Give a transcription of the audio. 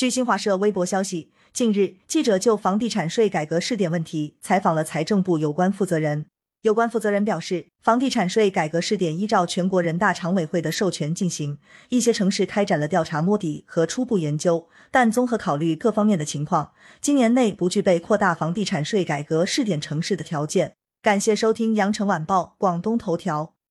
据新华社微博消息，近日记者就房地产税改革试点问题采访了财政部有关负责人。有关负责人表示，房地产税改革试点依照全国人大常委会的授权进行，一些城市开展了调查摸底和初步研究，但综合考虑各方面的情况，今年内不具备扩大房地产税改革试点城市的条件。感谢收听羊城晚报广东头条。